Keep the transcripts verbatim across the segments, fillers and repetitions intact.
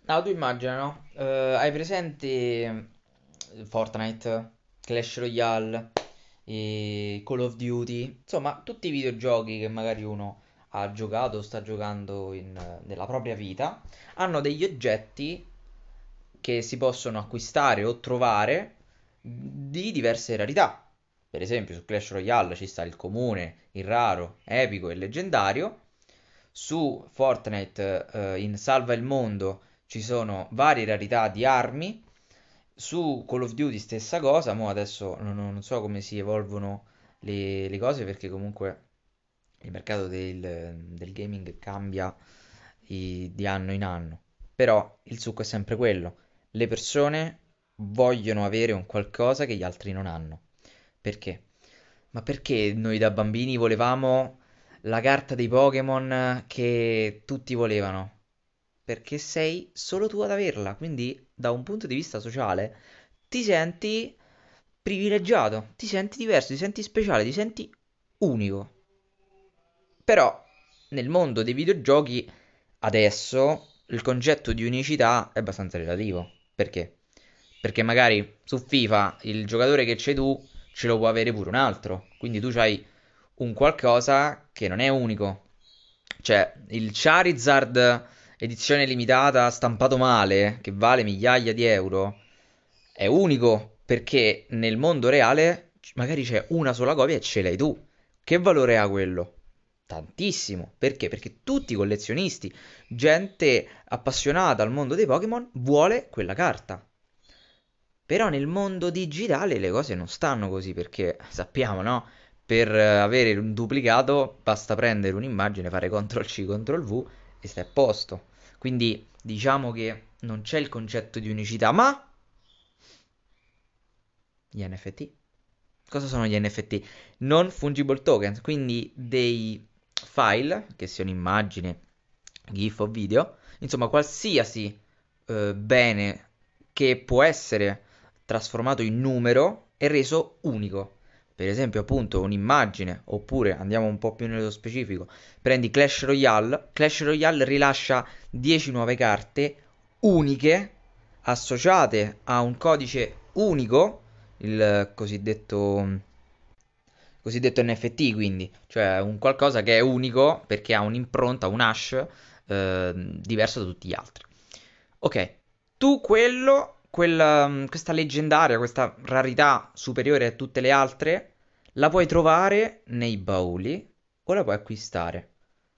No, tu immagina, no? Eh, hai presente eh, Fortnite, Clash Royale, e Call of Duty, insomma, tutti i videogiochi che magari uno ha giocato o sta giocando in- nella propria vita, hanno degli oggetti che si possono acquistare o trovare di diverse rarità. Per esempio, su Clash Royale ci sta il comune, il raro, epico e leggendario. Su Fortnite, eh, in Salva il Mondo ci sono varie rarità di armi. Su Call of Duty stessa cosa, mo adesso non, non so come si evolvono le, le cose perché comunque il mercato del, del gaming cambia i- di anno in anno. Però il succo è sempre quello. Le persone vogliono avere un qualcosa che gli altri non hanno. Perché? Ma perché noi da bambini volevamo la carta dei Pokémon che tutti volevano? Perché sei solo tu ad averla, quindi da un punto di vista sociale ti senti privilegiato, ti senti diverso, ti senti speciale, ti senti unico. Però nel mondo dei videogiochi adesso il concetto di unicità è abbastanza relativo. Perché? Perché magari su FIFA il giocatore che c'hai tu ce lo può avere pure un altro. Quindi tu c'hai un qualcosa che non è unico. Cioè, il Charizard edizione limitata stampato male, che vale migliaia di euro, è unico perché nel mondo reale magari c'è una sola copia e ce l'hai tu. Che valore ha quello? Tantissimo. Perché? Perché tutti i collezionisti, gente appassionata al mondo dei Pokémon, vuole quella carta. Però nel mondo digitale le cose non stanno così perché sappiamo, no? Per eh, avere un duplicato basta prendere un'immagine, fare control C, control V e stai a posto. Quindi diciamo che non c'è il concetto di unicità, ma gli N F T. Cosa sono gli N F T? Non fungible tokens, quindi dei file, che siano immagini, GIF o video, insomma qualsiasi eh, bene che può essere trasformato in numero è reso unico. Per esempio, appunto, un'immagine, oppure andiamo un po' più nello specifico, prendi Clash Royale, Clash Royale rilascia dieci nuove carte uniche associate a un codice unico, il cosiddetto, cosiddetto N F T, quindi, cioè un qualcosa che è unico perché ha un'impronta, un hash eh, diverso da tutti gli altri. Ok, tu quello, quella, questa leggendaria, questa rarità superiore a tutte le altre, la puoi trovare nei bauli o la puoi acquistare.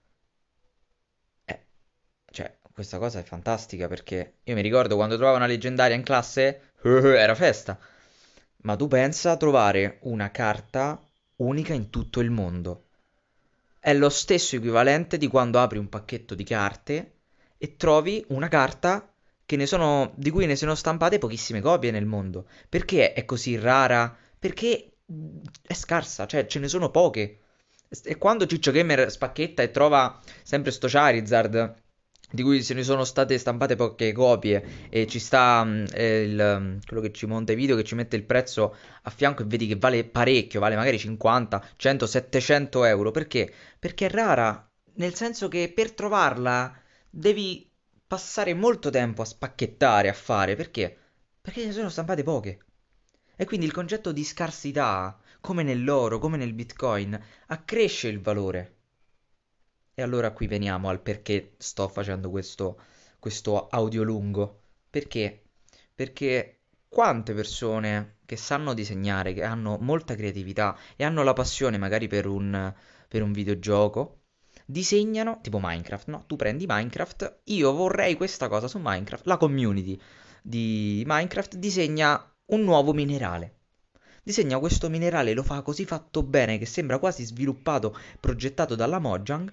Eh, cioè, questa cosa è fantastica perché io mi ricordo quando trovavo una leggendaria in classe, era festa. Ma tu pensa a trovare una carta unica in tutto il mondo. È lo stesso equivalente di quando apri un pacchetto di carte e trovi una carta che ne sono, di cui ne sono stampate pochissime copie nel mondo. Perché è così rara? Perché mh, è scarsa, cioè ce ne sono poche. E quando Ciccio Gamer spacchetta e trova sempre sto Charizard, di cui se ne sono state stampate poche copie, e ci sta mh, eh, il, mm, quello che ci monta i video, che ci mette il prezzo a fianco e vedi che vale parecchio, vale magari cinquanta, cento, settecento euro. Perché? Perché è rara, nel senso che per trovarla devi passare molto tempo a spacchettare, a fare. Perché? Perché ne sono stampate poche. E quindi il concetto di scarsità, come nell'oro, come nel Bitcoin, accresce il valore. E allora qui veniamo al perché sto facendo questo, questo audio lungo. Perché? Perché quante persone che sanno disegnare, che hanno molta creatività e hanno la passione magari per un, per un videogioco, disegnano, tipo Minecraft, no? Tu prendi Minecraft, io vorrei questa cosa su Minecraft, la community di Minecraft disegna un nuovo minerale. Disegna questo minerale, lo fa così fatto bene che sembra quasi sviluppato, progettato dalla Mojang,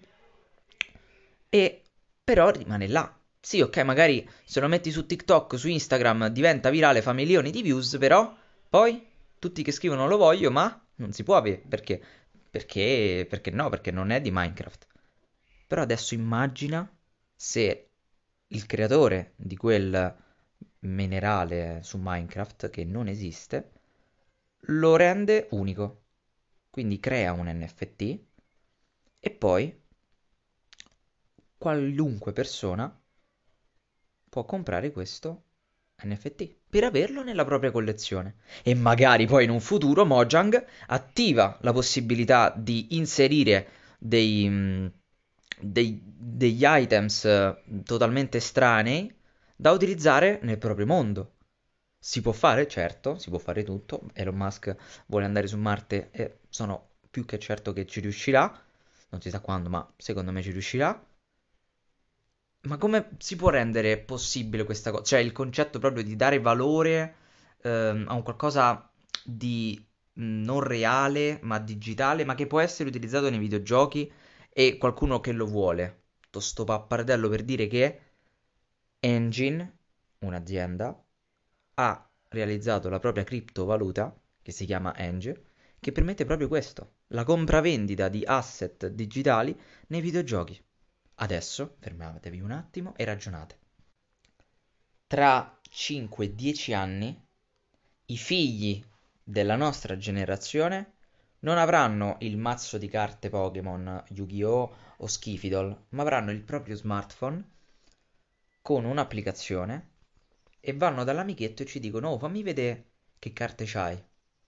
e però rimane là. Sì, ok, magari se lo metti su TikTok, su Instagram, diventa virale, fa milioni di views, però poi tutti che scrivono lo voglio, ma non si può avere. Perché? Perché, perché no, perché non è di Minecraft. Però adesso immagina se il creatore di quel minerale su Minecraft, che non esiste, lo rende unico. Quindi crea un N F T e poi qualunque persona può comprare questo N F T per averlo nella propria collezione. E magari poi in un futuro Mojang attiva la possibilità di inserire dei, mh, dei- degli items eh, totalmente estranei da utilizzare nel proprio mondo. Si può fare, certo, si può fare tutto. Elon Musk vuole andare su Marte e sono più che certo che ci riuscirà. Non si sa quando, ma secondo me ci riuscirà. Ma come si può rendere possibile questa cosa? Cioè, il concetto proprio di dare valore ehm, a un qualcosa di mh, non reale, ma digitale, ma che può essere utilizzato nei videogiochi e qualcuno che lo vuole. To Sto pappalardello per dire che Engine, un'azienda, ha realizzato la propria criptovaluta, che si chiama Eng, che permette proprio questo, la compravendita di asset digitali nei videogiochi. Adesso fermatevi un attimo e ragionate. Tra cinque dieci anni i figli della nostra generazione non avranno il mazzo di carte Pokémon, Yu-Gi-Oh! O Schifidol, ma avranno il proprio smartphone con un'applicazione e vanno dall'amichetto e ci dicono: "Oh, fammi vedere che carte c'hai."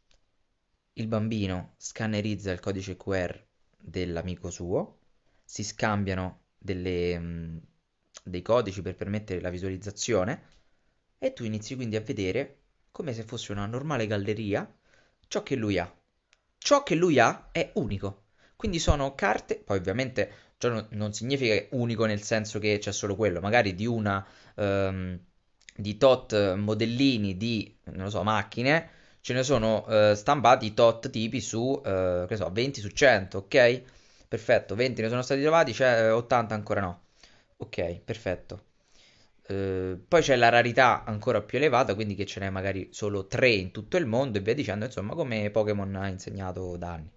Il bambino scannerizza il codice Q R dell'amico suo, si scambiano delle, mh, dei codici per permettere la visualizzazione e tu inizi quindi a vedere, come se fosse una normale galleria, ciò che lui ha. Ciò che lui ha è unico. Quindi sono carte, poi ovviamente ciò non, non significa che è unico nel senso che c'è solo quello, magari di una ehm, di tot modellini di, non lo so, macchine, ce ne sono eh, stampati tot tipi su, eh, che so, venti su cento, ok? Perfetto, venti ne sono stati trovati, c'è ottanta ancora no. Ok, perfetto. Eh, poi c'è la rarità ancora più elevata, quindi che ce n'è magari solo tre in tutto il mondo e via dicendo, insomma, come Pokémon ha insegnato da anni.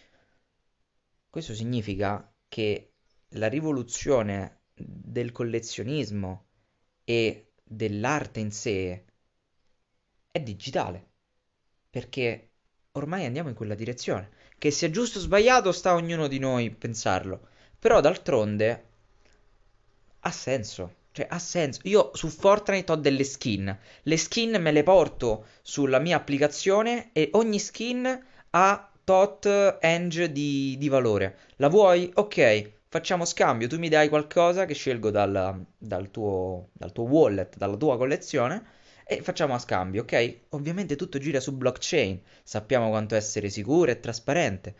Questo significa che la rivoluzione del collezionismo e dell'arte in sé è digitale, perché ormai andiamo in quella direzione. Che sia giusto o sbagliato sta a ognuno di noi pensarlo, però d'altronde ha senso. Cioè, ha senso. Io su Fortnite ho delle skin. Le skin me le porto sulla mia applicazione e ogni skin ha tot eng di, di valore. La vuoi? Ok, facciamo scambio. Tu mi dai qualcosa che scelgo dal, dal tuo, dal tuo wallet, dalla tua collezione e facciamo a scambio, ok? Ovviamente tutto gira su blockchain. Sappiamo quanto essere sicuro e trasparente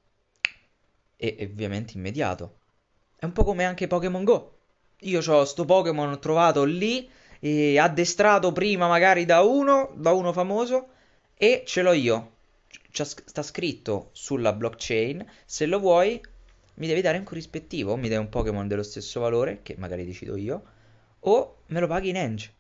e e ovviamente immediato. È un po' come anche Pokémon Go. Io ho sto Pokémon trovato lì, e addestrato prima magari da uno, da uno famoso, e ce l'ho io. C'ha sc- sta scritto sulla blockchain, se lo vuoi mi devi dare un corrispettivo, o mi dai un Pokémon dello stesso valore, che magari decido io, o me lo paghi in Eng.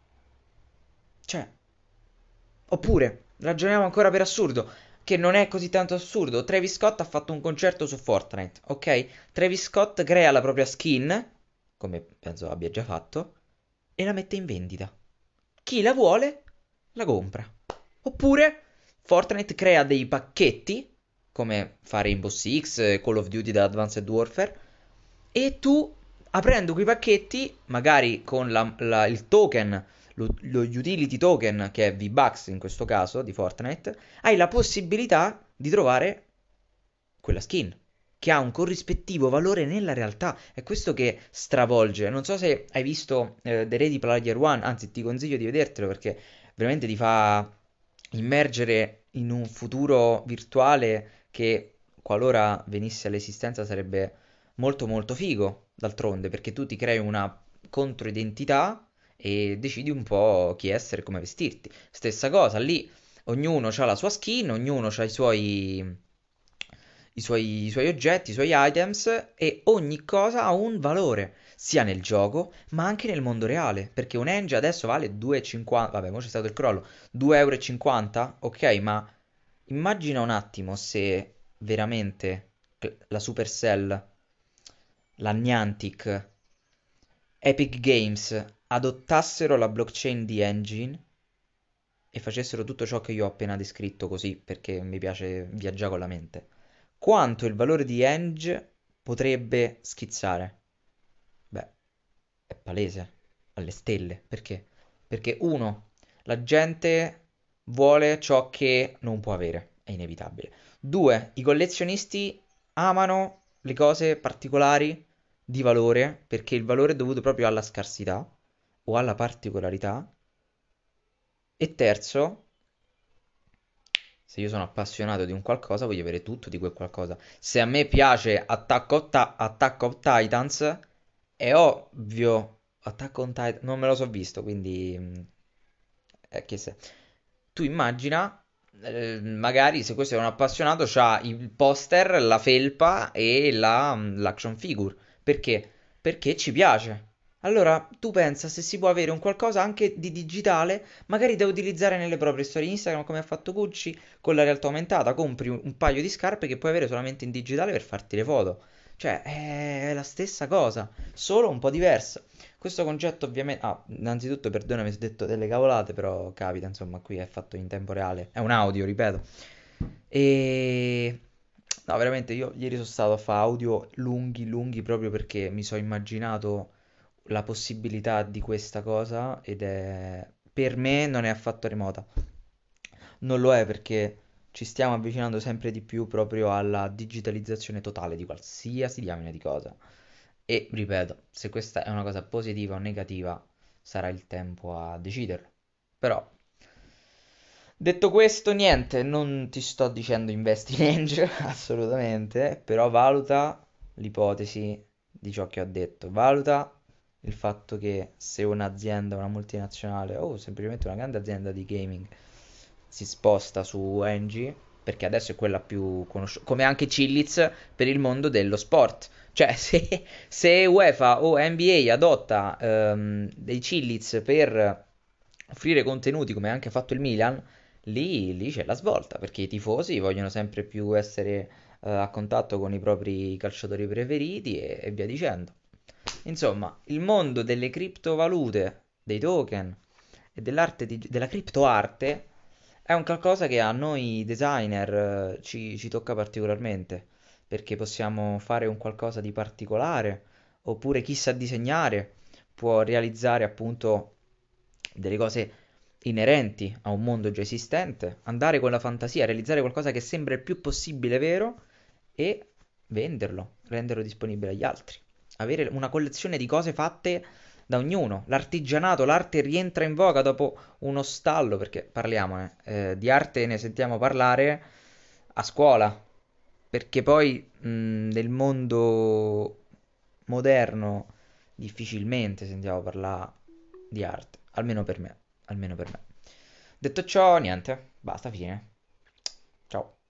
Cioè, oppure, ragioniamo ancora per assurdo, che non è così tanto assurdo. Travis Scott ha fatto un concerto su Fortnite, ok? Travis Scott crea la propria skin, come penso abbia già fatto, e la mette in vendita. Chi la vuole, la compra. Oppure, Fortnite crea dei pacchetti, come fa Rainbow Six, Call of Duty da Advanced Warfare, e tu, aprendo quei pacchetti, magari con la- la- il token, lo, lo utility token, che è V-Bucks in questo caso, di Fortnite, hai la possibilità di trovare quella skin, che ha un corrispettivo valore nella realtà. È questo che stravolge. Non so se hai visto eh, The Ready Player One, anzi ti consiglio di vedertelo perché veramente ti fa immergere in un futuro virtuale che, qualora venisse all'esistenza, sarebbe molto molto figo, d'altronde, perché tu ti crei una controidentità e decidi un po' chi essere e come vestirti. Stessa cosa, lì ognuno ha la sua skin, ognuno ha i suoi, i suoi, i suoi oggetti, i suoi items e ogni cosa ha un valore, sia nel gioco ma anche nel mondo reale, perché un Enge adesso vale due e cinquanta, vabbè, ora c'è stato il crollo, due e cinquanta euro, ok, ma immagina un attimo se veramente la Supercell, la Niantic, Epic Games adottassero la blockchain di Engine e facessero tutto ciò che io ho appena descritto così perché mi piace viaggiare con la mente. Quanto il valore di Eng potrebbe schizzare? Beh, è palese. alle stelle. Perché? Perché uno, la gente vuole ciò che non può avere, è inevitabile. Due, i collezionisti amano le cose particolari di valore perché il valore è dovuto proprio alla scarsità o alla particolarità. E terzo, se io sono appassionato di un qualcosa, voglio avere tutto di quel qualcosa. Se a me piace Attack of, Ta- Attack of Titans, è ovvio. Attack on Titan, non me lo so visto, quindi... mh, eh, che se... Tu immagina, eh, magari se questo è un appassionato, c'ha il poster, la felpa e la, mm, l'action figure. Perché? Perché ci piace. Allora, tu pensa se si può avere un qualcosa anche di digitale, magari da utilizzare nelle proprie storie Instagram, come ha fatto Gucci con la realtà aumentata. Compri un, un paio di scarpe che puoi avere solamente in digitale per farti le foto. Cioè, è la stessa cosa, solo un po' diversa. Questo concetto ovviamente... Ah, innanzitutto perdonami se ho detto delle cavolate, però capita, insomma, qui è fatto in tempo reale. È un audio, ripeto. E... No, veramente, io ieri sono stato a fare audio lunghi, lunghi, proprio perché mi sono immaginato la possibilità di questa cosa ed è... Per me non è affatto remota. Non lo è perché ci stiamo avvicinando sempre di più proprio alla digitalizzazione totale di qualsiasi diamine di cosa. E ripeto, se questa è una cosa positiva o negativa, sarà il tempo a deciderlo. Però, detto questo, niente, non ti sto dicendo investi in Angel, assolutamente, però valuta l'ipotesi di ciò che ho detto. Valuta il fatto che se un'azienda, una multinazionale o semplicemente una grande azienda di gaming si sposta su N G, perché adesso è quella più conosciuta, come anche Chiliz per il mondo dello sport. Cioè, se, se UEFA o N B A adotta ehm, dei Chiliz per offrire contenuti come ha anche fatto il Milan, lì, lì c'è la svolta, perché i tifosi vogliono sempre più essere eh, a contatto con i propri calciatori preferiti e, e via dicendo. Insomma, il mondo delle criptovalute, dei token e dell'arte di- della criptoarte è un qualcosa che a noi designer eh, ci, ci tocca particolarmente, perché possiamo fare un qualcosa di particolare, oppure chi sa disegnare può realizzare appunto delle cose inerenti a un mondo già esistente, andare con la fantasia, realizzare qualcosa che sembra il più possibile vero e venderlo, renderlo disponibile agli altri. Avere una collezione di cose fatte da ognuno. L'artigianato, l'arte rientra in voga dopo uno stallo, perché parliamone, eh, di arte ne sentiamo parlare a scuola, perché poi mh, nel mondo moderno difficilmente sentiamo parlare di arte, almeno per me, almeno per me. Detto ciò, niente, basta, fine.